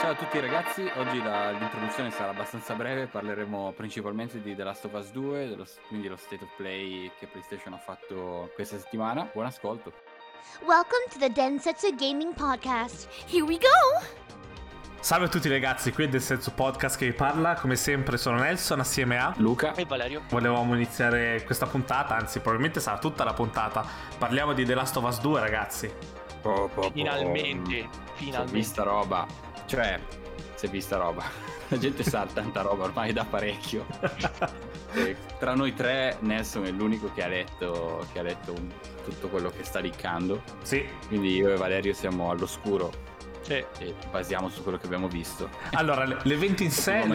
Ciao a tutti ragazzi, oggi l'introduzione sarà abbastanza breve, parleremo principalmente di The Last of Us 2, quindi lo State of Play che PlayStation ha fatto questa settimana. Buon ascolto. Welcome to the Densetsu Gaming Podcast. Here we go! Salve a tutti ragazzi, qui è Densetsu Podcast che vi parla, come sempre sono Nelson assieme a Luca e Valerio. Volevamo iniziare questa puntata, anzi probabilmente sarà tutta la puntata. Parliamo di The Last of Us 2 ragazzi. Finalmente. Si è vista roba, cioè si è vista roba. La gente sa tanta roba ormai da parecchio. Tra noi tre Nelson è l'unico che ha letto tutto quello che sta liccando. Sì. Quindi io e Valerio siamo all'oscuro. Sì. E ci basiamo su quello che abbiamo visto. Allora, l'evento in sé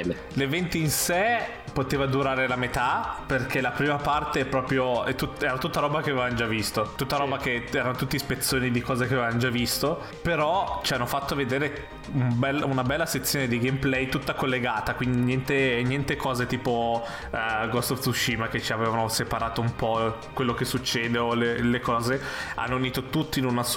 poteva durare la metà, perché la prima parte proprio era tutta roba che avevamo già visto, tutta roba che erano tutti spezzoni di cose che avevamo già visto, però ci hanno fatto vedere una bella sezione di gameplay tutta collegata, quindi niente cose tipo Ghost of Tsushima che ci avevano separato un po' quello che succede o le cose. Hanno unito tutti in un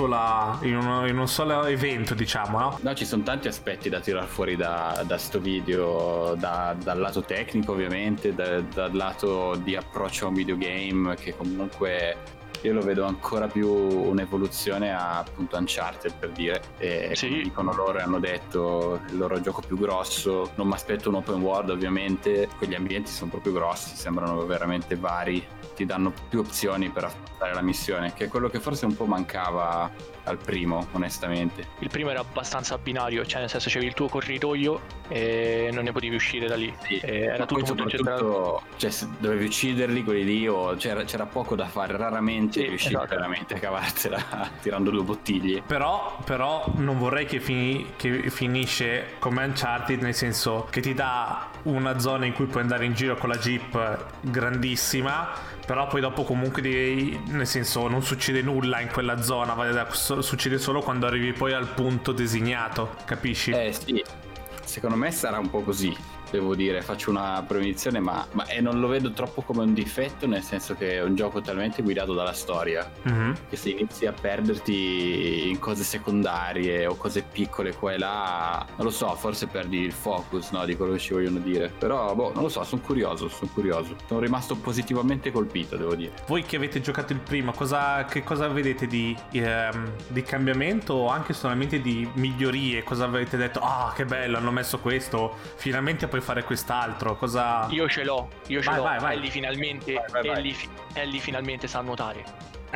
solo evento, diciamo, no? No, ci sono tanti aspetti da tirar fuori da sto video, dal lato tecnico ovviamente, dal lato di approccio a un videogame, che comunque io lo vedo ancora più un'evoluzione a appunto Uncharted, per dire. E sì. Come dicono loro, hanno detto il loro gioco più grosso. Non mi aspetto un open world ovviamente, quegli ambienti sono proprio grossi, sembrano veramente vari, ti danno più opzioni per affrontare la missione, che è quello che forse un po' mancava al primo, onestamente. Il primo era abbastanza binario, cioè nel senso c'avevi il tuo corridoio e non ne potevi uscire da lì. Sì. Era Poi tutto molto incentrato. cioè, se dovevi uccidere quelli lì, o c'era poco da fare, raramente riuscivi esatto. veramente a cavartela tirando due bottiglie. Però non vorrei che finisce come Uncharted, nel senso che ti dà una zona in cui puoi andare in giro con la Jeep grandissima, però poi dopo comunque nel senso non succede nulla in quella zona, succede solo quando arrivi poi al punto designato, capisci? Sì, secondo me sarà un po' così, devo dire, faccio una premonizione, ma non lo vedo troppo come un difetto, nel senso che è un gioco talmente guidato dalla storia, che se inizi a perderti in cose secondarie o cose piccole qua e là, non lo so, forse perdi il focus, no, di quello che ci vogliono dire. Però non lo so, sono curioso. Sono rimasto positivamente colpito, devo dire. Voi che avete giocato il primo, che cosa vedete di cambiamento o anche solamente di migliorie? Cosa avete detto? Che bello, hanno messo questo, finalmente puoi fare quest'altro. Cosa... Io ce l'ho. Vai. Ellie finalmente Ellie finalmente sa nuotare.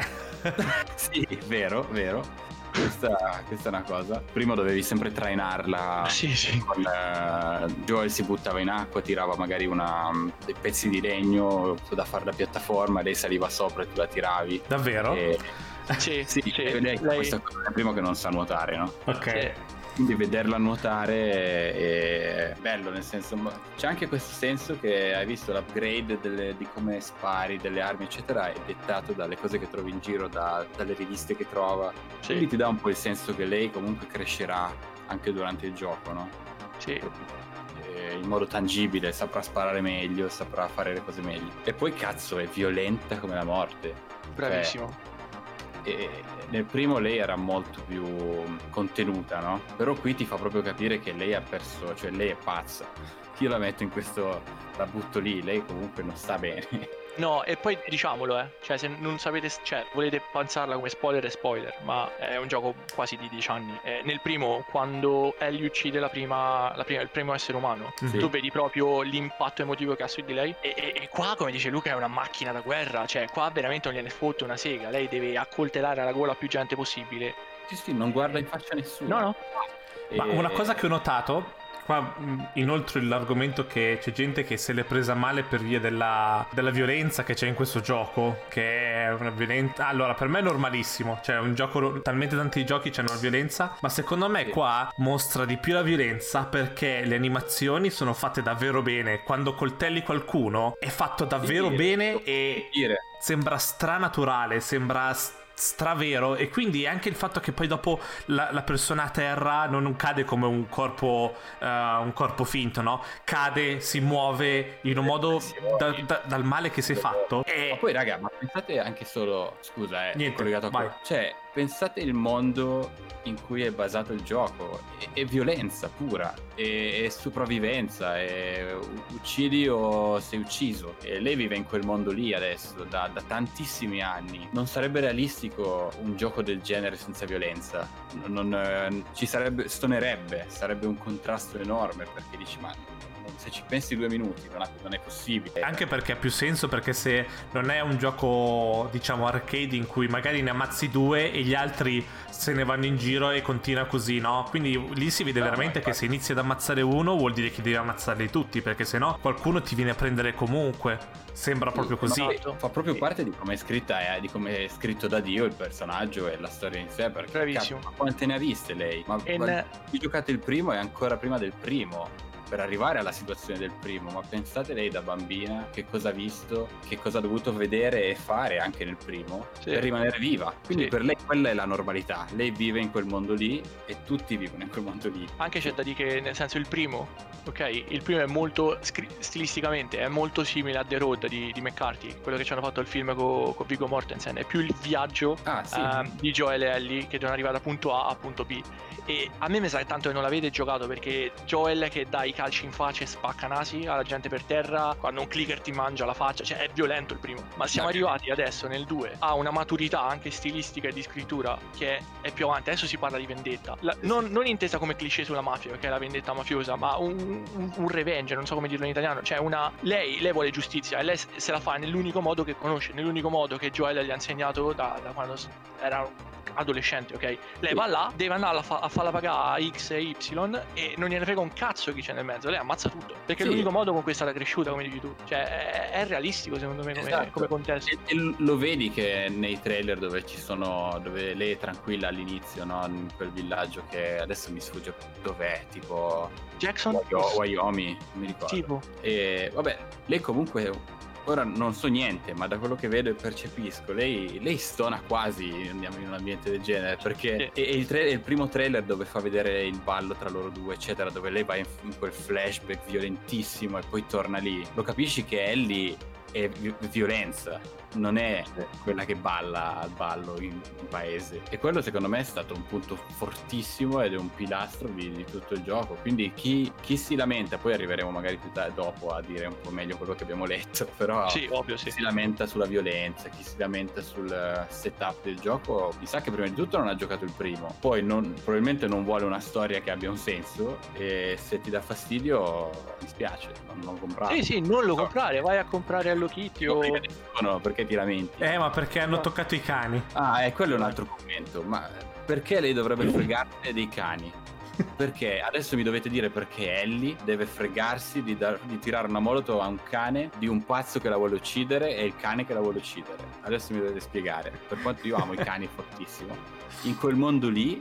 Sì, vero. Questa è una cosa. Prima dovevi sempre trainarla. Sì. Con, Joel si buttava in acqua, tirava magari dei pezzi di legno da fare da piattaforma, lei saliva sopra e tu la tiravi. Davvero? Sì. Lei questa cosa è primo che non sa nuotare, no? Ok. Sì. Quindi vederla nuotare è bello, nel senso, c'è anche questo senso che hai visto l'upgrade di come spari, delle armi eccetera, è dettato dalle cose che trovi in giro, dalle riviste che trova. Sì. Quindi ti dà un po' il senso che lei comunque crescerà anche durante il gioco, no? Sì. In modo tangibile, saprà sparare meglio, saprà fare le cose meglio. E poi cazzo, è violenta come la morte. Bravissimo. E nel primo lei era molto più contenuta, no? Però qui ti fa proprio capire che lei ha perso, cioè lei è pazza. Io la metto in questo, la butto lì, lei comunque non sta bene. No, e poi diciamolo, cioè se non sapete, cioè volete pensarla come spoiler è spoiler, ma è un gioco quasi di 10 anni. Nel primo, quando Ellie uccide il primo essere umano, tu vedi proprio l'impatto emotivo che ha su di lei. E qua, come dice Luca, è una macchina da guerra, cioè qua veramente non gliene fotte una sega, lei deve accoltellare alla gola più gente possibile. Sì, non guarda in faccia a nessuno. No. Ma una cosa che ho notato qua, inoltre l'argomento che c'è gente che se l'è presa male per via della violenza che c'è in questo gioco, che è una violenza... Allora, per me è normalissimo, cioè un gioco, talmente tanti giochi c'hanno la violenza, ma secondo me qua mostra di più la violenza perché le animazioni sono fatte davvero bene. Quando coltelli qualcuno è fatto davvero bene e sembra stranaturale, sembra stravero, e quindi anche il fatto che poi dopo la persona a terra non cade come un corpo finto, no? Cade, si muove in un modo dal male che si è fatto. Ma poi raga, ma pensate anche solo, scusa, niente, collegato a vai. cioè pensate il mondo in cui è basato il gioco, è violenza pura, è sopravvivenza, è uccidi o sei ucciso, e lei vive in quel mondo lì adesso da tantissimi anni. Non sarebbe realistico un gioco del genere senza violenza, non ci sarebbe, stonerebbe, sarebbe un contrasto enorme, perché dici ma se ci pensi 2 minuti non è possibile. Anche perché ha più senso, perché se non è un gioco diciamo arcade in cui magari ne ammazzi 2 e gli altri se ne vanno in giro e continua così, no? Quindi lì si vede veramente che se inizi ad ammazzare uno vuol dire che devi ammazzarli tutti, perché sennò qualcuno ti viene a prendere comunque. Sembra proprio così. Fa proprio parte di come è scritta, di come è scritto da Dio il personaggio e la storia in sé, perché bravissimo. Ma quante ne ha viste lei? Ma giocate il primo e ancora prima del primo, per arrivare alla situazione del primo, ma pensate lei da bambina che cosa ha visto, che cosa ha dovuto vedere e fare anche nel primo per rimanere viva. Quindi per lei quella è la normalità, lei vive in quel mondo lì e tutti vivono in quel mondo lì. Anche c'è da dire che, nel senso, il primo è molto stilisticamente è molto simile a The Road di McCarthy, quello che ci hanno fatto il film con Viggo Mortensen. È più il viaggio di Joel e Ellie che devono arrivare da punto A a punto B. E a me mi sa tanto che non l'avete giocato, perché Joel che dà i calci in faccia e spacca nasi alla gente per terra, quando un clicker ti mangia la faccia, cioè è violento il primo. Ma siamo arrivati adesso nel 2 a una maturità anche stilistica e di scrittura che è più avanti. Adesso si parla di vendetta, non intesa come cliché sulla mafia, perché è la vendetta mafiosa, ma un revenge, non so come dirlo in italiano. Cioè lei vuole giustizia e lei se la fa nell'unico modo che conosce, nell'unico modo che Joel gli ha insegnato da quando era adolescente, ok? Lei va là, deve andare a farla pagare a X e Y e non gliene frega un cazzo chi c'è nel mezzo, lei ammazza tutto, perché è l'unico modo con cui è stata cresciuta, come dici tu. Cioè è realistico secondo me come contesto. E lo vedi che nei trailer dove lei è tranquilla all'inizio, no? In quel villaggio che adesso mi sfugge dov'è, tipo Jackson? Wyoming, non mi ricordo. Tipo. E vabbè, lei comunque ora non so niente, ma da quello che vedo e percepisco, lei stona quasi in un ambiente del genere, perché è il primo trailer dove fa vedere il ballo tra loro due, eccetera, dove lei va in quel flashback violentissimo e poi torna lì. Lo capisci che Ellie è violenza, non è quella che balla al ballo in paese, e quello secondo me è stato un punto fortissimo ed è un pilastro di tutto il gioco. Quindi chi si lamenta, poi arriveremo magari più dopo a dire un po' meglio quello che abbiamo letto, però chi si lamenta sulla violenza, chi si lamenta sul setup del gioco, mi sa che prima di tutto non ha giocato il primo, poi probabilmente non vuole una storia che abbia un senso, e se ti dà fastidio mi spiace, non comprare. Sì, non lo comprare, vai a comprare Hello Kitty o... No, perché ti lamenti? Ma perché hanno toccato i cani. Quello è un altro commento. Ma perché lei dovrebbe fregarsene dei cani? Perché adesso mi dovete dire perché Ellie deve fregarsi di tirare una molotov a un cane di un pazzo che la vuole uccidere, e il cane che la vuole uccidere. Adesso mi dovete spiegare, per quanto io amo i cani fortissimo, in quel mondo lì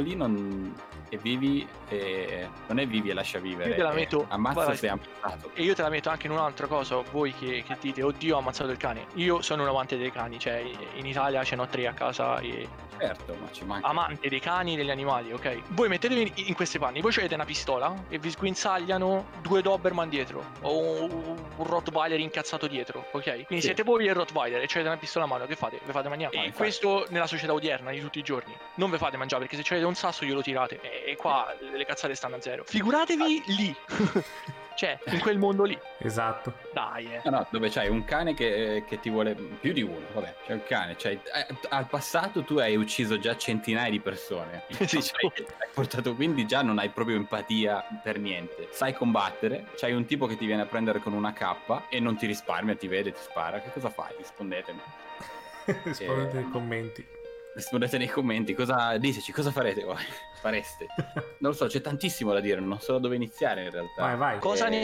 non e vivi e non è vivi e lascia vivere. Io te la metto, ammazza se è ammazzato. E io te la metto anche in un'altra cosa, voi che dite oddio ho ammazzato il cane. Io sono un amante dei cani, cioè in Italia ce n'ho 3 a casa e... Certo, ma ci manca. Amante dei cani e degli animali, ok? Voi mettetevi in questi panni, voi avete una pistola e vi sguinzagliano 2 Doberman dietro o un Rottweiler incazzato dietro, ok? Quindi siete voi e il Rottweiler e avete una pistola a mano, che fate? Vi fate mangiare. E questo nella società odierna di tutti i giorni. Non vi fate mangiare, perché se avete un sasso glielo tirate e qua le cazzate stanno a zero. Figuratevi lì. Cioè, in quel mondo lì. Esatto. Dai, No, dove c'hai un cane che ti vuole, più di uno, vabbè, c'è il cane, al passato tu hai ucciso già centinaia di persone. Hai portato, quindi già non hai proprio empatia per niente. Sai combattere, c'hai un tipo che ti viene a prendere con una cappa e non ti risparmia, ti vede, ti spara. Che cosa fai? Rispondetemi. Rispondete nei commenti. Rispondete nei commenti, diteci cosa farete voi. Fareste. Non lo so, c'è tantissimo da dire, non so da dove iniziare in realtà. Vai. Cosa ne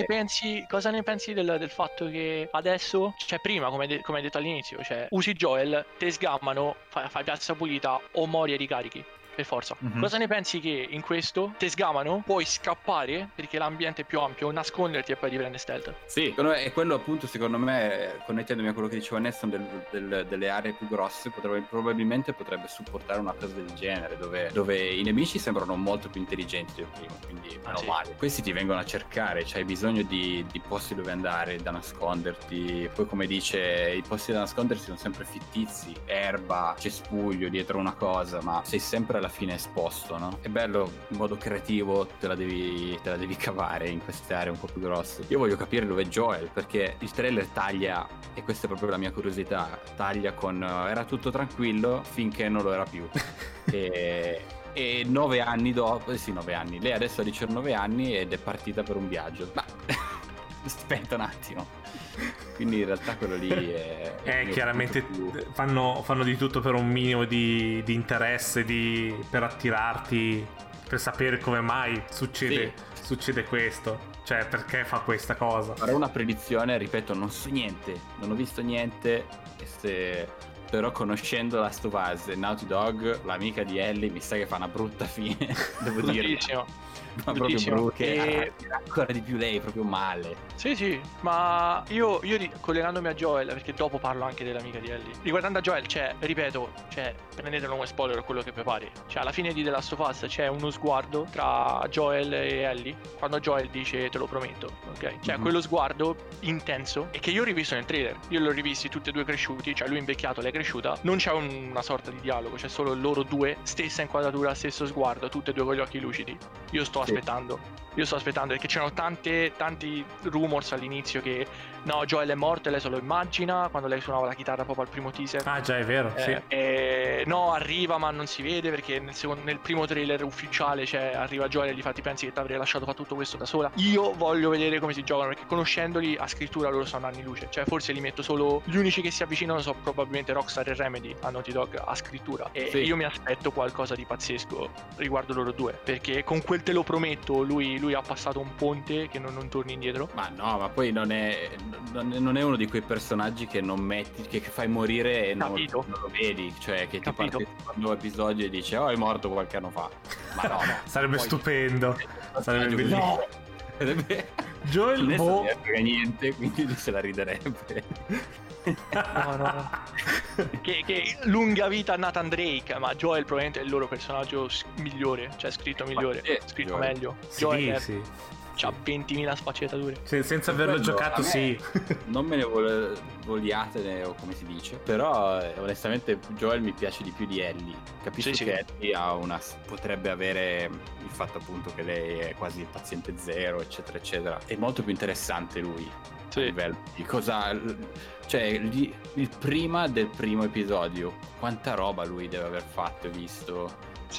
pensi del fatto che adesso, cioè prima come hai detto all'inizio, cioè usi Joel, te sgammano, fai piazza pulita o mori e ricarichi? per forza. Cosa ne pensi che in questo te sgamano, puoi scappare perché l'ambiente è più ampio, nasconderti e poi riprende stealth? Sì, è quello appunto, secondo me, connettendomi a quello che diceva Neston delle aree più grosse, probabilmente potrebbe supportare una cosa del genere, dove i nemici sembrano molto più intelligenti del primo, quindi meno male. Questi ti vengono a cercare, c'hai bisogno di posti dove andare, da nasconderti. Poi, come dice, i posti da nascondersi sono sempre fittizi, erba, cespuglio dietro una cosa, ma sei sempre alla fine esposto, no? È bello, in modo creativo te la devi cavare in queste aree un po' più grosse. Io voglio capire dove è Joel, perché il trailer taglia, e questa è proprio la mia curiosità, taglia con era tutto tranquillo finché non lo era più. E 9 anni dopo, sì, 9 anni, lei adesso ha 19 anni ed è partita per un viaggio. Ma aspetta un attimo. Quindi in realtà quello lì è chiaramente fanno di tutto per un minimo di interesse, per attirarti, per sapere come mai succede questo. Cioè, perché fa questa cosa. Farò una predizione, ripeto, non so niente, non ho visto niente, però conoscendo Last of Us e Naughty Dog, l'amica di Ellie, mi sa che fa una brutta fine, devo dire. Ma proprio brutta, che ancora di più lei, proprio male. Sì, ma io collegandomi a Joel, perché dopo parlo anche dell'amica di Ellie, riguardando a Joel, ripeto, prendetelo come spoiler quello che prepari. Alla fine di The Last of Us c'è uno sguardo tra Joel e Ellie, quando Joel dice te lo prometto, ok? Quello sguardo intenso, e che io ho rivisto nel trailer. Io l'ho rivisti tutti e due cresciuti, lui invecchiato, lei cresciuta. Non c'è una sorta di dialogo, c'è solo loro due, stessa inquadratura, stesso sguardo, tutte e due con gli occhi lucidi. Io sto aspettando perché c'erano tanti rumors all'inizio che no, Joel è morto e lei se lo immagina quando lei suonava la chitarra proprio al primo teaser. Ah già, è vero, sì. No, arriva ma non si vede perché nel primo trailer ufficiale arriva Joel e gli fa ti pensi che ti avrei lasciato fare tutto questo da sola. Io voglio vedere come si giocano, perché conoscendoli a scrittura loro stanno anni luce. Forse li metto solo, gli unici che si avvicinano sono probabilmente Rockstar e Remedy a Naughty Dog a scrittura, e io mi aspetto qualcosa di pazzesco riguardo loro due, perché con quel te lo prometto lui ha passato un ponte che non torni indietro. Ma no, ma poi non è uno di quei personaggi che non metti, che fai morire e non lo vedi, che ti parte il secondo episodio e dici oh, è morto qualche anno fa. Ma no. Sarebbe stupendo. Sarebbe bellissimo. Joel non ne frega niente, quindi se la riderebbe. No. che lunga vita a Nathan Drake, ma Joel probabilmente è il loro personaggio migliore, scritto migliore, scritto Joel. Meglio. Joel sì. C'ha 20.000 sfaccettature. Senza averlo giocato, sì. Non me ne vogliate, o come si dice. Però onestamente Joel mi piace di più di Ellie. Capisco che Ellie potrebbe avere il fatto appunto che lei è quasi il paziente zero, eccetera eccetera. È molto più interessante lui. A livello di cosa, il prima del primo episodio, quanta roba lui deve aver fatto e visto.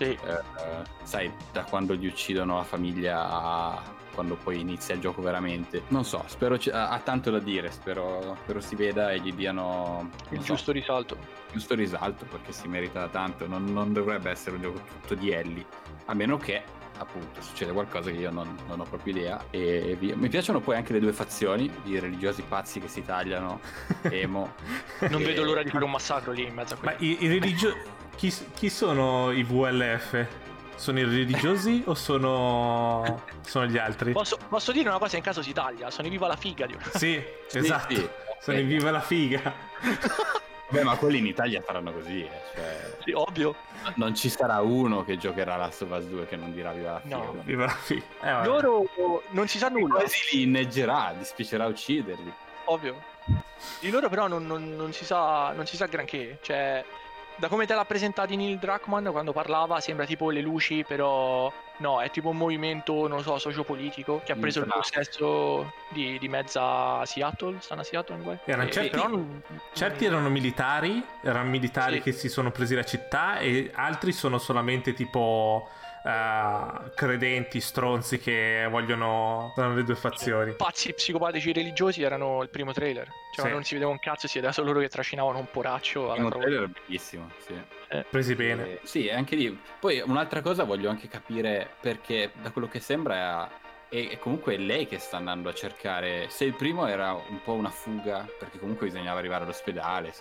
Sai, da quando gli uccidono la famiglia quando poi inizia il gioco veramente. Non so, spero ha tanto da dire, spero si veda e gli diano il giusto risalto. Giusto risalto, perché si merita tanto. Non dovrebbe essere un gioco tutto di Ellie, a meno che appunto succede qualcosa che io non ho proprio idea, e via. Mi piacciono poi anche le due fazioni di religiosi pazzi che si tagliano emo. Non vedo l'ora di fare un massacro lì in mezzo a quelli. Ma i religiosi chi sono i VLF? Sono i religiosi o sono gli altri? Posso dire una cosa in caso si taglia? Sono i viva la figa. Sì, esatto. Sì. Sono i viva la figa. Beh, ma quelli in Italia faranno così, Sì, ovvio. Non ci sarà uno che giocherà Last of Us 2 che non dirà viva la figa. No, viva la figa. Loro non si sa nulla. Quasi li inneggerà, dispiacerà ucciderli. Ovvio. Di loro però non si sa granché. Da come te l'ha presentato Neil Druckmann quando parlava, sembra tipo le luci, però no, è tipo un movimento, non lo so, sociopolitico che ha preso il possesso di mezza Seattle. Stanno a Seattle, certi erano militari che si sono presi la città, e altri sono solamente tipo credenti, stronzi che vogliono le due fazioni. Pazzi psicopatici religiosi erano il primo trailer. Non si vedeva un cazzo, si vedeva solo loro che trascinavano un poraccio. Il trailer è bellissimo, sì. Presi bene. Sì, anche lì. Poi un'altra cosa voglio anche capire, perché da quello che sembra è comunque lei che sta andando a cercare. Se il primo era un po' una fuga, perché comunque bisognava arrivare all'ospedale, sai,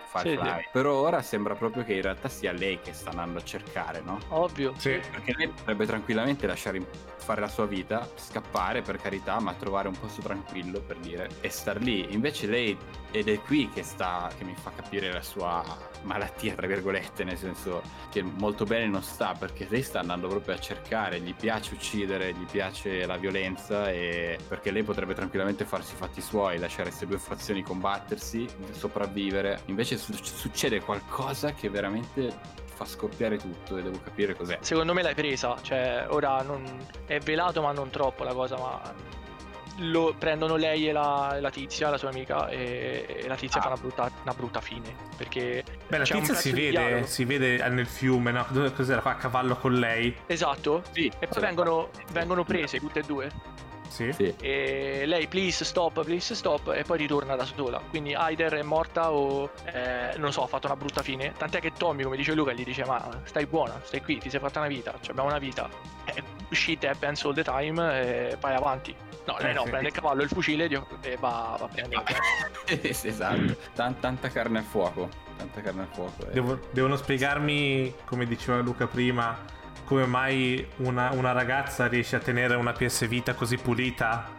Firefly. Sì. Per ora sembra proprio che in realtà sia lei che sta andando a cercare, no? Ovvio. Sì. Perché lei potrebbe tranquillamente lasciare fare la sua vita, scappare per carità, ma trovare un posto tranquillo, per dire, e star lì. Invece lei, ed è qui che mi fa capire la sua malattia, tra virgolette, nel senso che molto bene non sta, perché lei sta andando proprio a cercare, gli piace uccidere, gli piace la violenza, e perché lei potrebbe tranquillamente farsi i fatti suoi, lasciare queste due fazioni combattersi, sopravvivere. Invece succede qualcosa che veramente fa scoppiare tutto e devo capire cos'è. Secondo me l'hai presa, cioè ora non è velato ma non troppo la cosa, ma lo prendono lei e la tizia, la sua amica, e la tizia fa una brutta fine, perché la tizia si vede nel fiume, no? Cos'era, fa a cavallo con lei? Esatto, sì. E poi vengono prese tutte e due. Sì. E lei please stop, e poi ritorna da sola. Quindi Aider è morta o non lo so, ha fatto una brutta fine. Tant'è che Tommy, come dice Luca, gli dice: ma stai buona, stai qui, ti sei fatta una vita, cioè abbiamo una vita, shit happens all the time, e vai avanti. No, lei prende il cavallo e il fucile e va a prendere. Esatto. Tanta carne al fuoco. Devono spiegarmi, come diceva Luca prima, come mai una ragazza riesce a tenere una PS Vita così pulita.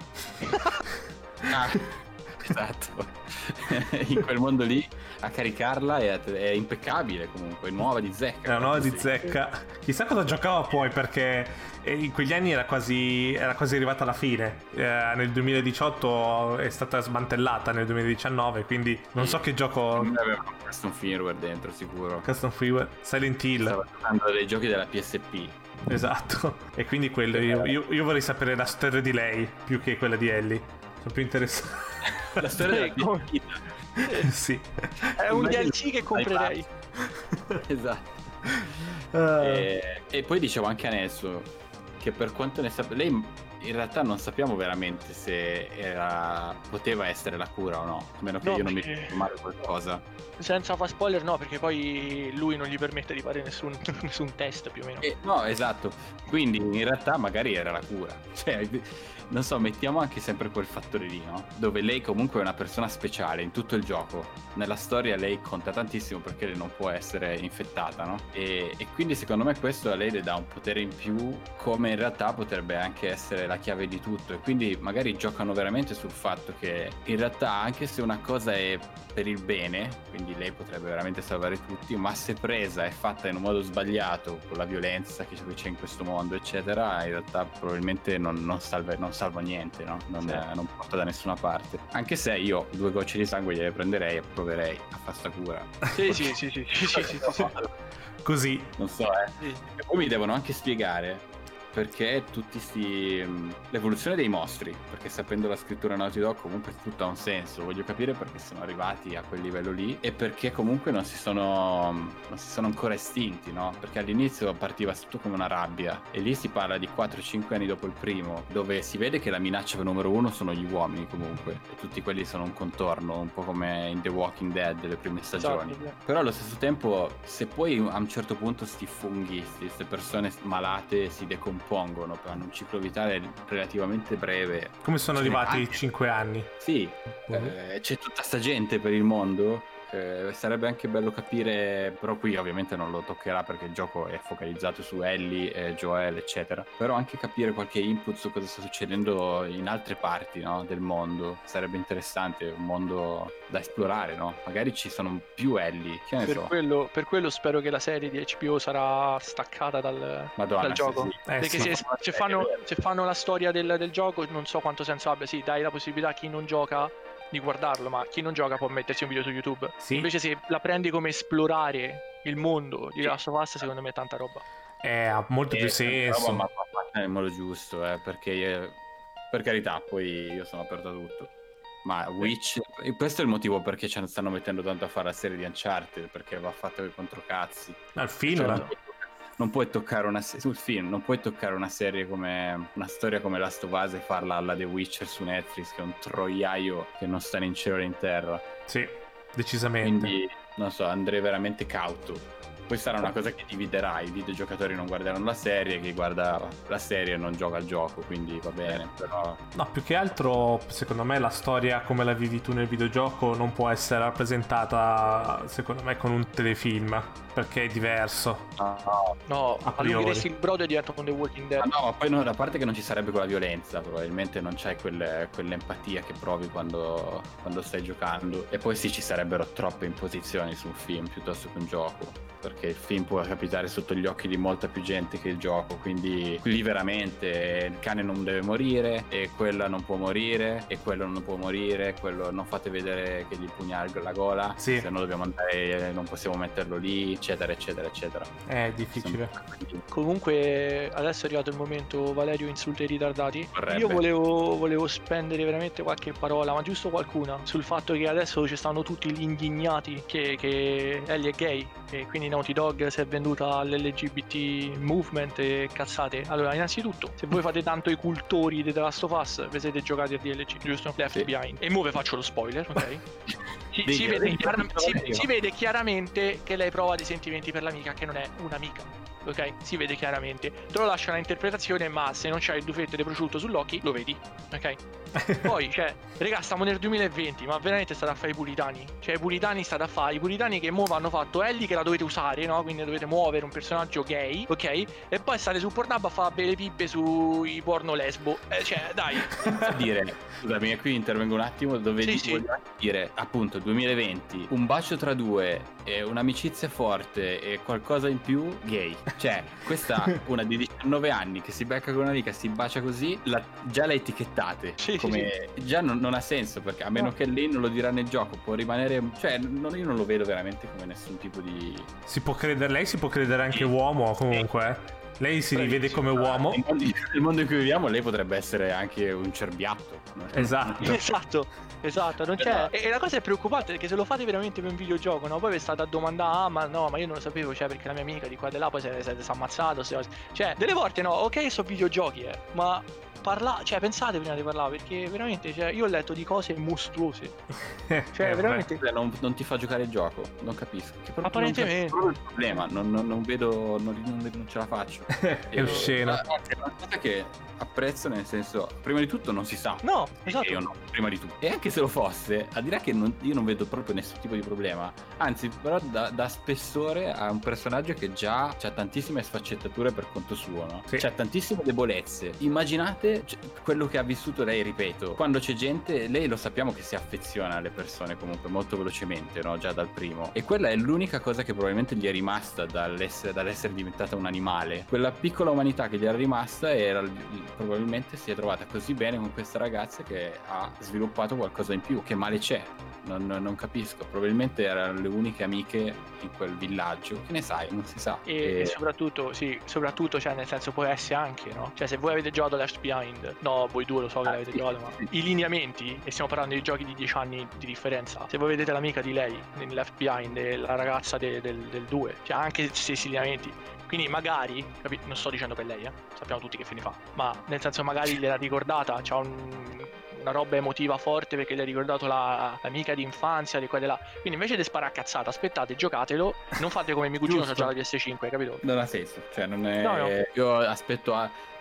Esatto. In quel mondo lì a caricarla è impeccabile, comunque, nuova di zecca. È nuova di zecca. Chissà cosa giocava poi, perché in quegli anni era quasi arrivata alla fine. Nel 2018 è stata smantellata nel 2019, quindi non so che gioco. Aveva Custom Firmware dentro, sicuro. Custom Firmware, Silent Hill. Stava giocando dei giochi della PSP. Esatto. E quindi quello io vorrei sapere la storia di lei più che quella di Ellie. Sono più interessato. La storia della PSP. Sì. È un DLC che comprerei. Esatto. E poi dicevo anche adesso che per quanto ne lei in realtà non sappiamo veramente se poteva essere la cura o no, a meno che io non mi ricordo male qualcosa. Senza far spoiler, no, perché poi lui non gli permette di fare nessun test, più o meno. No, esatto. Quindi in realtà magari era la cura. Cioè, non so, mettiamo anche sempre quel fattore lì, no? Dove lei comunque è una persona speciale in tutto il gioco. Nella storia lei conta tantissimo perché lei non può essere infettata, no? E quindi secondo me questo a lei le dà un potere in più, come in realtà potrebbe anche essere la chiave di tutto. E quindi magari giocano veramente sul fatto che in realtà anche se una cosa è per il bene, quindi lei potrebbe veramente salvare tutti, ma se presa e fatta in un modo sbagliato, con la violenza che c'è in questo mondo, eccetera, in realtà probabilmente non salva niente, no? Non porta da nessuna parte. Anche se io 2 gocce di sangue gliele prenderei e proverei a far sta cura. Sì. Così. Non so, Sì. E poi mi devono anche spiegare perché l'evoluzione dei mostri, perché sapendo la scrittura Naughty Dog comunque tutto ha un senso. Voglio capire perché sono arrivati a quel livello lì e perché comunque non si sono ancora estinti, no? Perché all'inizio partiva tutto come una rabbia e lì si parla di 4-5 anni dopo il primo, dove si vede che la minaccia numero 1 sono gli uomini comunque, e tutti quelli sono un contorno, un po' come in The Walking Dead le prime stagioni. Esatto. Però allo stesso tempo, se poi a un certo punto sti funghi, queste persone malate si decompongono, hanno un ciclo vitale relativamente breve. Come sono arrivati 5 anni? Sì, c'è tutta sta gente per il mondo. Sarebbe anche bello capire, però qui ovviamente non lo toccherà perché il gioco è focalizzato su Ellie, Joel, eccetera. Però anche capire qualche input su cosa sta succedendo in altre parti, no, del mondo. Sarebbe interessante, un mondo da esplorare, no? Magari ci sono più Ellie, che ne so. Per quello spero che la serie di HBO sarà staccata dal gioco. Sì. Perché sì. se fanno la storia del gioco, non so quanto senso abbia. Sì, dai la possibilità a chi non gioca di guardarlo, ma chi non gioca può mettersi un video su YouTube. Sì. Invece se la prendi come esplorare il mondo di Last of Us, secondo me è tanta roba. Ha molto più senso. Ma fatta nel modo giusto, perché per carità, poi io sono aperto a tutto. Ma Witch, questo è il motivo perché ci stanno mettendo tanto a fare la serie di Uncharted, perché va fatta con controcazzi. Al film non puoi toccare sul film, non puoi toccare una serie come una storia come Last of Us e farla alla The Witcher su Netflix, che è un troiaio che non sta né in cielo né in terra. Sì, decisamente. Quindi non so, andrei veramente cauto. Poi sarà una cosa che dividerà, i videogiocatori non guarderanno la serie, chi guarda la serie non gioca al gioco, quindi va bene, però... No, più che altro, secondo me, la storia come la vivi tu nel videogioco non può essere rappresentata, secondo me, con un telefilm, perché è diverso. No, allungheresti il brodo e diventa un The Walking Dead. No, ma poi no, a parte che non ci sarebbe quella violenza, probabilmente non c'hai quell'empatia che provi quando stai giocando. E poi sì, ci sarebbero troppe imposizioni su un film piuttosto che un gioco, perché il film può capitare sotto gli occhi di molta più gente che il gioco, quindi lì veramente il cane non deve morire e quella non può morire e quello non può morire, quello non fate vedere che gli pugnala la gola, sì. Se no dobbiamo andare, non possiamo metterlo lì, eccetera eccetera eccetera. È difficile. Comunque adesso è arrivato il momento Valerio insulta i ritardati. Vorrebbe. Io volevo spendere veramente qualche parola, ma giusto qualcuna, sul fatto che adesso ci stanno tutti gli indignati che Ellie è gay e quindi Naughty Dog si è venduta all'LGBT movement e cazzate. Allora, innanzitutto, se voi fate tanto i cultori di The Last of Us, vi siete giocati a DLC, giusto? Left Behind. E mo' vi faccio lo spoiler, ok? Si vede chiaramente che lei prova dei sentimenti per l'amica che non è un'amica, ok? Si vede chiaramente. Te lo lascio una interpretazione, ma se non c'hai il dufetto di prosciutto sull'occhio, lo vedi, ok? Poi, cioè, raga, stiamo nel 2020, ma veramente state a fare i puritani. Cioè, i puritani state a fare, i puritani che mo' hanno fatto Ellie che la dovete usare, no? Quindi dovete muovere un personaggio gay, ok? E poi state su Pornhub a fare belle pippe sui porno lesbo. Cioè, dai. Dire, scusami, qui intervengo un attimo, dove voglio dire, appunto, 2020, un bacio tra due e un'amicizia forte e qualcosa in più, gay. Cioè, questa una di 19 anni che si becca con un'amica, si bacia così, già la etichettate. Come già non ha senso, perché a meno che lei non lo dirà nel gioco, può rimanere, cioè io non lo vedo veramente come nessun tipo di... Lei si può credere anche uomo comunque. Lei si rivede come uomo. Nel mondo in cui viviamo lei potrebbe essere anche un cerbiatto. Esatto, non c'è. E la cosa è preoccupante perché se lo fate veramente per un videogioco, no? Poi vi state a domandare, ma io non lo sapevo, cioè perché la mia amica di qua e di là poi si è ammazzato. Cioè, delle volte no, ok, so videogiochi, ma pensate prima di parlare, perché veramente, cioè, io ho letto di cose mostruose. Cioè, veramente non ti fa giocare il gioco, non capisco. Apparentemente non è il problema, non vedo, non ce la faccio. È oscena. È una cosa che apprezzo, nel senso, prima di tutto non si sa. No, esatto. Io no, prima di tutto. E anche se lo fosse, a dire che io non vedo proprio nessun tipo di problema. Anzi, però dà spessore a un personaggio che già ha tantissime sfaccettature per conto suo, no? Sì. C'ha tantissime debolezze. Immaginate quello che ha vissuto lei, ripeto. Quando c'è gente, lei lo sappiamo che si affeziona alle persone comunque molto velocemente, no? Già dal primo. E quella è l'unica cosa che probabilmente gli è rimasta dall'essere diventata un animale. Quella piccola umanità che gli era rimasta era probabilmente si è trovata così bene con questa ragazza che ha sviluppato qualcosa in più. Che male c'è? Non capisco. Probabilmente erano le uniche amiche in quel villaggio. Che ne sai? Non si sa. E soprattutto, cioè, nel senso, può essere anche, no? Cioè, se voi avete giocato Left Behind, no, voi due lo so che l'avete giocato, ma i lineamenti, e stiamo parlando di giochi di 10 anni di differenza. Se voi vedete l'amica di lei in Left Behind e la ragazza del 2, cioè anche stessi lineamenti. Quindi magari, non sto dicendo per lei, sappiamo tutti che fine fa, ma nel senso magari l'era ricordata, c'ha una roba emotiva forte perché le ha ricordato l'amica di infanzia, di qua e di là. Quindi invece di sparare a cazzata, aspettate, giocatelo, non fate come mio cugino che gioca la PS5, capito? Non ha senso, cioè non è... No. Io aspetto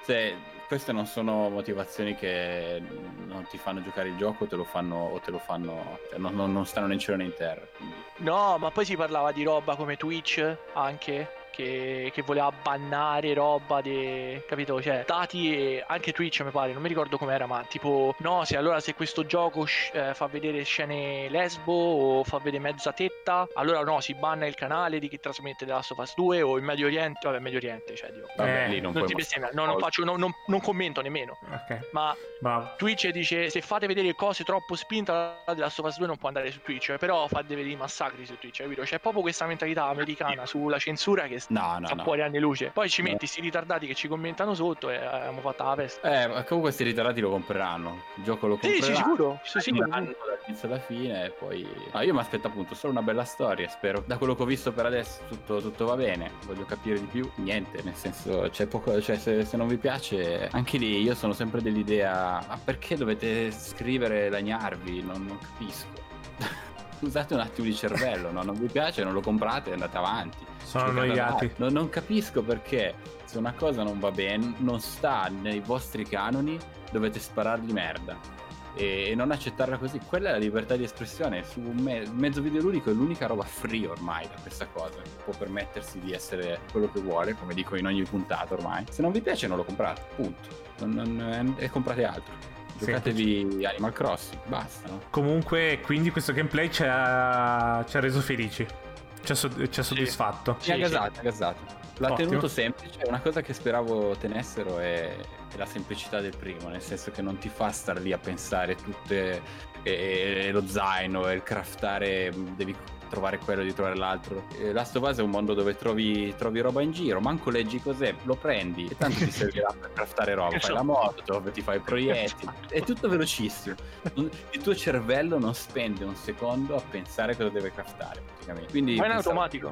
queste non sono motivazioni che non ti fanno giocare il gioco, te lo fanno, cioè non stanno né in cielo né in terra. Quindi. No, ma poi si parlava di roba come Twitch anche, che voleva bannare roba capito? Cioè, dati e anche Twitch mi pare, non mi ricordo com'era, ma tipo, no, se questo gioco fa vedere scene lesbo o fa vedere mezza tetta, allora no, si banna il canale di chi trasmette The Last of Us 2 o il Medio Oriente, vabbè, Medio Oriente, cioè, Dio. Vabbè, lì non ti bestemmia, non commento nemmeno. Ok. Ma bravo. Twitch dice, se fate vedere cose troppo spinte, The Last of Us 2 non può andare su Twitch, però fate vedere i massacri su Twitch, capito? C'è proprio questa mentalità americana sulla censura che no. fuori anni luce. Poi ci metti sti ritardati che ci commentano sotto e abbiamo fatta la festa. Comunque sti ritardati lo compreranno. Il gioco lo compreranno. Sì, sicuro. Dall'inizio alla fine e poi... No, io mi aspetto appunto solo una bella storia, spero. Da quello che ho visto per adesso tutto va bene. Voglio capire di più. Niente, nel senso c'è poco... Cioè se non vi piace, anche lì io sono sempre dell'idea: ma perché dovete scrivere, lagnarvi? Non capisco. usate un attimo di cervello, no? Non vi piace, non lo comprate, andate avanti. Sono annoiati. Non capisco perché se una cosa non va bene, non sta nei vostri canoni, dovete sparargli merda e non accettarla così. Quella è la libertà di espressione. Su un mezzo videoludico è l'unica roba free ormai da questa cosa, può permettersi di essere quello che vuole, come dico in ogni puntata ormai. Se non vi piace non lo comprate, punto. E comprate altro. Giocatevi Animal Crossing, basta, no? Comunque, quindi questo gameplay ci ha reso felici, ci ha soddisfatto. Sì, agasato. L'ha tenuto semplice. Una cosa che speravo tenessero è la semplicità del primo, nel senso che non ti fa star lì a pensare tutte lo zaino e il craftare, devi trovare quello, di trovare l'altro. Last of Us è un mondo dove trovi roba in giro, manco leggi cos'è, lo prendi e tanto ti servirà per craftare roba, fai la moto, ti fai i proiettili, è tutto velocissimo. Il tuo cervello non spende un secondo a pensare cosa deve craftare praticamente. Quindi ma in automatico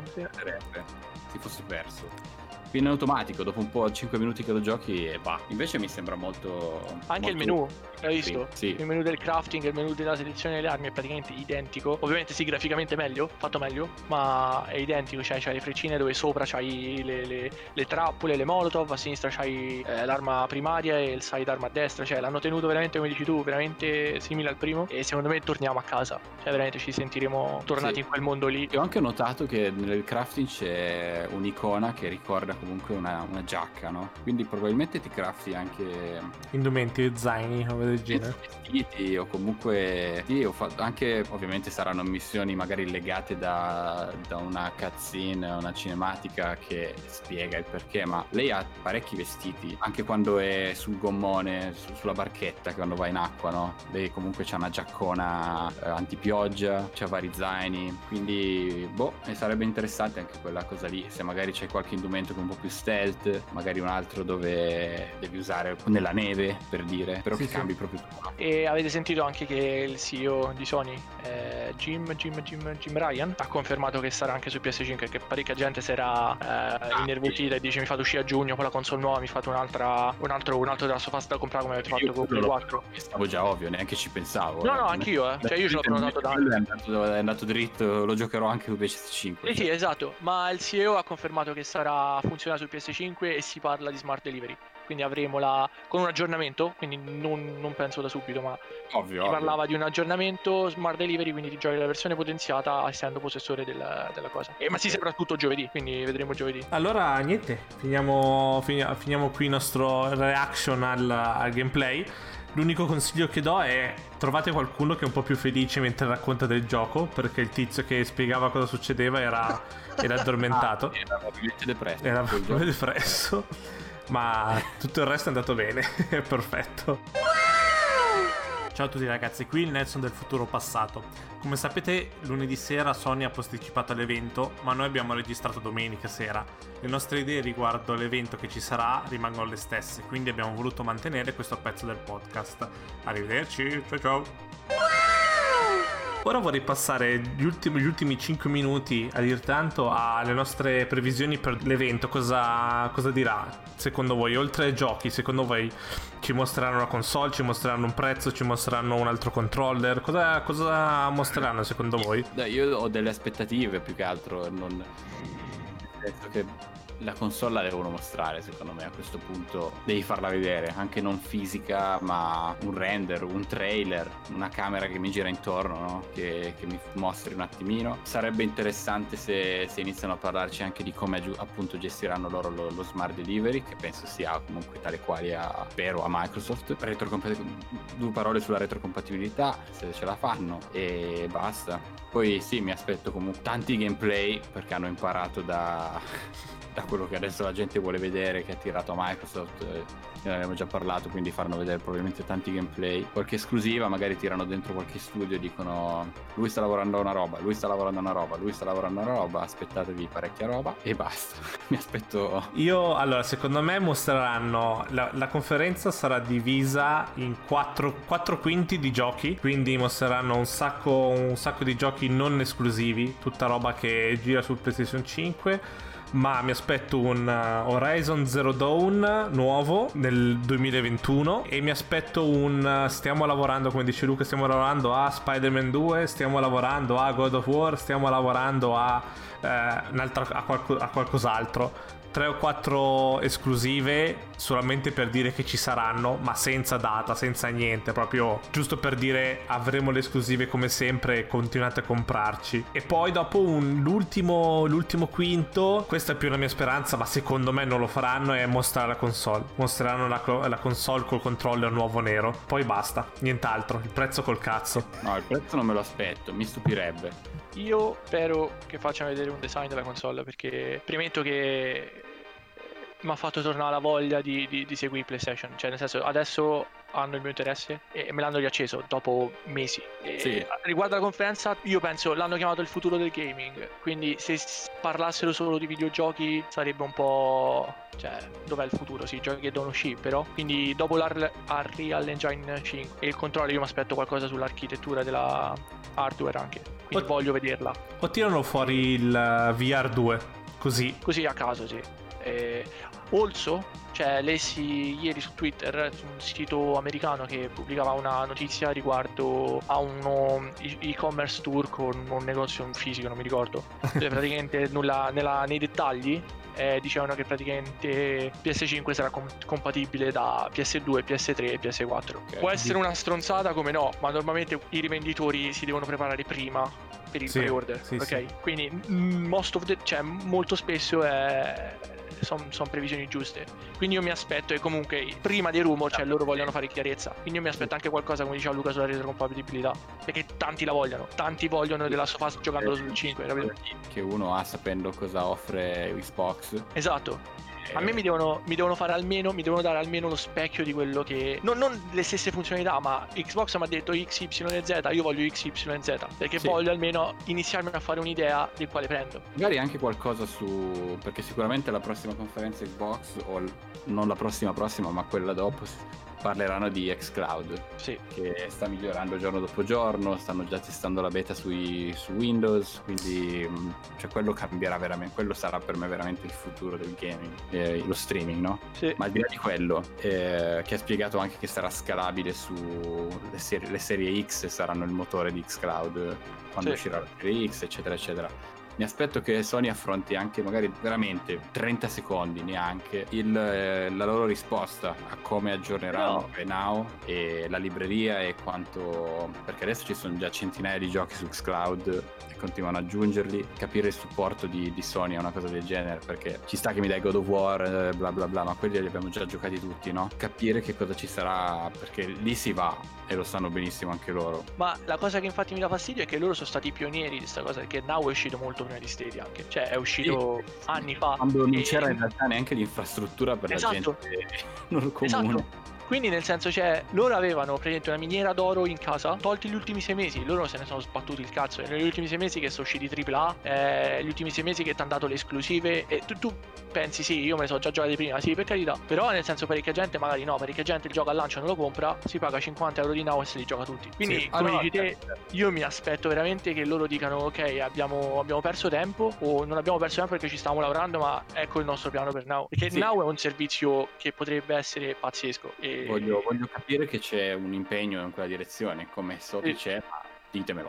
si fosse perso. In automatico, dopo un po', 5 minuti che lo giochi e va. Invece mi sembra molto... Anche il menu, hai visto? Sì. Il menu del crafting, il menu della selezione delle armi è praticamente identico. Ovviamente sì, graficamente meglio, fatto meglio, ma è identico. Cioè c'hai le freccine dove sopra c'hai le trappole, le molotov, a sinistra c'hai l'arma primaria e il sidearm a destra. Cioè l'hanno tenuto veramente, come dici tu, veramente simile al primo. E secondo me torniamo a casa. Cioè veramente ci sentiremo tornati in quel mondo lì. Io ho anche notato che nel crafting c'è un'icona che ricorda comunque una giacca, no? Quindi probabilmente ti crafti anche indumenti, zaini o del genere, vestiti, o comunque sì, ho fatto anche, ovviamente saranno missioni magari legate da una cutscene, una cinematica che spiega il perché, ma lei ha parecchi vestiti anche quando è sul gommone, sulla barchetta, quando va in acqua, no? Lei comunque c'ha una giaccona antipioggia, c'ha vari zaini, quindi e sarebbe interessante anche quella cosa lì, se magari c'è qualche indumento che è un po' più stealth, magari un altro dove devi usare nella neve, per dire, però che cambi proprio tutto. E avete sentito anche che il CEO di Sony, Jim Ryan, ha confermato che sarà anche su PS5, che parecchia gente si era innervosita e dice: mi fate uscire a giugno con la console nuova, mi fate un altro della Sofast da comprare come avete fatto con il 4. Stavo già ovvio, neanche ci pensavo. No, anch'io, cioè io ce l'ho prenotato da anni. È andato dritto, lo giocherò anche su PS5. Sì, esatto, ma il CEO ha confermato che sarà funzionare su PS5 e si parla di smart delivery. Quindi avremo con un aggiornamento, quindi non penso da subito, ma ovvio. Parlava di un aggiornamento smart delivery, quindi ti giochi la versione potenziata essendo possessore della cosa. Ma si saprà tutto giovedì, quindi vedremo giovedì. Allora niente, finiamo qui il nostro reaction al gameplay. L'unico consiglio che do è: trovate qualcuno che è un po' più felice mentre racconta del gioco, perché il tizio che spiegava cosa succedeva era addormentato. Era probabilmente depresso. Ma tutto il resto è andato bene. È perfetto. Ciao a tutti ragazzi, qui il Nelson del futuro passato. Come sapete, lunedì sera Sony ha posticipato l'evento, ma noi abbiamo registrato domenica sera. Le nostre idee riguardo l'evento che ci sarà rimangono le stesse, quindi abbiamo voluto mantenere questo pezzo del podcast. Arrivederci, ciao. Ora vorrei passare gli ultimi 5 minuti, a dir tanto, alle nostre previsioni per l'evento. Cosa dirà secondo voi? Oltre ai giochi, secondo voi ci mostreranno una console, ci mostreranno un prezzo, ci mostreranno un altro controller? Cosa mostreranno secondo voi? Io ho delle aspettative, più che altro, nel senso che la console la devono mostrare, secondo me. A questo punto devi farla vedere, anche non fisica, ma un render, un trailer, una camera che mi gira intorno, no? Che mi mostri un attimino. Sarebbe interessante se iniziano a parlarci anche di come appunto gestiranno loro lo smart delivery, che penso sia comunque tale quale a Microsoft. Due parole sulla retrocompatibilità, se ce la fanno, e basta. Poi sì, mi aspetto comunque tanti gameplay, perché hanno imparato da quello che adesso la gente vuole vedere, che ha tirato a Microsoft. Ne abbiamo già parlato, quindi faranno vedere probabilmente tanti gameplay, qualche esclusiva, magari tirano dentro qualche studio e dicono: lui sta lavorando a una roba, lui sta lavorando a una roba, lui sta lavorando a una roba, aspettatevi parecchia roba, e basta. Mi aspetto. Allora, secondo me mostreranno la conferenza sarà divisa in 4 quinti di giochi, quindi mostreranno un sacco di giochi non esclusivi, tutta roba che gira su PlayStation 5. ma mi aspetto un Horizon Zero Dawn nuovo nel 2021 e mi aspetto stiamo lavorando, come dice Luca, stiamo lavorando a Spider-Man 2, stiamo lavorando a God of War, stiamo lavorando a qualcos'altro. 3 o 4 esclusive solamente per dire che ci saranno, ma senza data, senza niente, proprio giusto per dire avremo le esclusive come sempre e continuate a comprarci. E poi dopo l'ultimo quinto, questa è più una mia speranza, ma secondo me non lo faranno, è mostrare la console. Mostreranno la console col controller nuovo nero, poi basta, nient'altro, il prezzo col cazzo. No, il prezzo non me lo aspetto, mi stupirebbe. Io spero che facciano vedere un design della console, perché premetto che mi ha fatto tornare la voglia di seguire PlayStation. Cioè, nel senso, adesso hanno il mio interesse e me l'hanno riacceso dopo mesi. Sì. Riguardo alla conferenza, io penso l'hanno chiamato il futuro del gaming, quindi se parlassero solo di videogiochi sarebbe un po'... cioè, dov'è il futuro? Sì, giochi che devono uscire, però. Quindi dopo l'Unreal Engine 5 e il controllo, io mi aspetto qualcosa sull'architettura della hardware anche, quindi voglio vederla. O tirano fuori il VR 2 così a caso, sì. Also, cioè, lessi ieri su Twitter, su un sito americano che pubblicava una notizia riguardo a uno e-commerce tour con un negozio fisico, non mi ricordo. Cioè, praticamente nei dettagli dicevano che praticamente PS5 sarà compatibile da PS2, PS3 e PS4. Okay. Può essere una stronzata come no, ma normalmente i rivenditori si devono preparare prima per il pre-order, ok? Sì. Quindi molto spesso sono previsioni giuste. Quindi io mi aspetto, e comunque prima dei rumor, cioè loro vogliono fare chiarezza, quindi io mi aspetto anche qualcosa, come diceva Luca, sulla retrocompatibilità, perché tanti la vogliono, tanti vogliono della Last of Us giocandolo sul 5, capito? Che uno ha sapendo cosa offre Xbox. Esatto. A me mi devono dare almeno lo specchio di quello che... Non le stesse funzionalità, ma Xbox mi ha detto XYZ, io voglio XYZ, perché voglio almeno iniziarmi a fare un'idea del quale prendo. Magari anche qualcosa perché sicuramente la prossima conferenza Xbox, o non la prossima, ma quella dopo, parleranno di xCloud, sì, che sta migliorando giorno dopo giorno, stanno già testando la beta su Windows, quindi cioè quello cambierà veramente, quello sarà per me veramente il futuro del gaming, lo streaming, no? Sì. Ma al di là di quello, che ha spiegato anche che sarà scalabile su le serie X, saranno il motore di xCloud quando uscirà la serie X, eccetera eccetera. Mi aspetto che Sony affronti anche magari veramente 30 secondi neanche la loro risposta a come aggiorneranno Now e la libreria e quanto, perché adesso ci sono già centinaia di giochi su xCloud e continuano ad aggiungerli. Capire il supporto di Sony a una cosa del genere, perché ci sta che mi dai God of War bla bla bla, ma quelli li abbiamo già giocati tutti, no? Capire che cosa ci sarà, perché lì si va e lo sanno benissimo anche loro. Ma la cosa che infatti mi dà fastidio è che loro sono stati pionieri di questa cosa, perché Now è uscito molto prima di Stadia anche, cioè è uscito anni fa, quando non c'era in realtà neanche l'infrastruttura per la gente non comune. Esatto. Quindi nel senso, cioè, loro avevano praticamente una miniera d'oro in casa, tolti gli ultimi 6 mesi, loro se ne sono sbattuti il cazzo, e negli ultimi 6 mesi che sono usciti AAA, gli ultimi 6 mesi che ti hanno dato le esclusive, e tu pensi sì, io me ne sono già giocati prima, sì, per carità, però nel senso parecchia gente magari no, parecchia gente il gioco al lancio non lo compra, si paga 50 euro di Now e se li gioca tutti. Quindi come dici te, io mi aspetto veramente che loro dicano ok, abbiamo perso tempo, o non abbiamo perso tempo perché ci stavamo lavorando, ma ecco il nostro piano per Now, perché Now è un servizio che potrebbe essere pazzesco. Voglio capire che c'è un impegno in quella direzione, come so che c'è, ma ditemelo.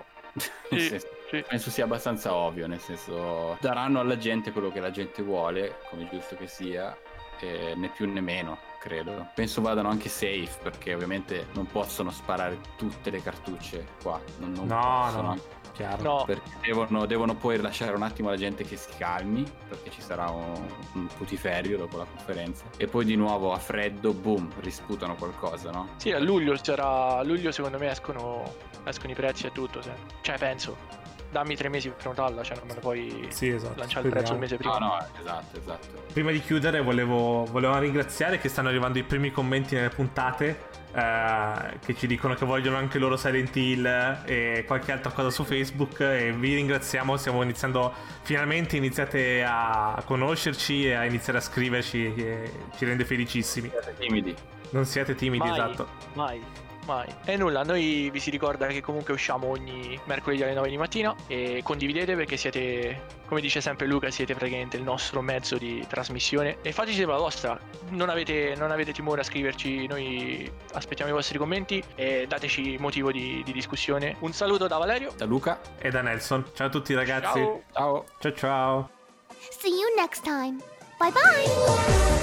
Penso sia abbastanza ovvio, nel senso, daranno alla gente quello che la gente vuole, come giusto che sia, né più né meno, credo. Penso vadano anche safe, perché ovviamente non possono sparare tutte le cartucce qua, non possono. No. Chiaro. No. Perché devono poi lasciare un attimo la gente che si calmi, perché ci sarà un putiferio dopo la conferenza, e poi di nuovo a freddo boom risputano qualcosa, no? Sì, a luglio secondo me escono i prezzi e tutto, cioè penso, dammi 3 mesi per prenotarla, cioè non me la puoi lanciare il prezzo il mese prima. No, esatto. Prima di chiudere volevo ringraziare che stanno arrivando i primi commenti nelle puntate, che ci dicono che vogliono anche loro Silent Hill e qualche altra cosa su Facebook, e vi ringraziamo. Stiamo iniziando, finalmente iniziate a conoscerci e a iniziare a scriverci, che ci rende felicissimi. Siete timidi. Non siete timidi, mai, esatto. Mai. E nulla, noi vi si ricorda che comunque usciamo ogni mercoledì alle 9 di mattina e condividete perché siete, come dice sempre Luca, siete praticamente il nostro mezzo di trasmissione e fateci la vostra, non avete timore a scriverci, noi aspettiamo i vostri commenti e dateci motivo di discussione. Un saluto da Valerio, da Luca e da Nelson. Ciao a tutti ragazzi. Ciao. Ciao. See you next time. Bye bye.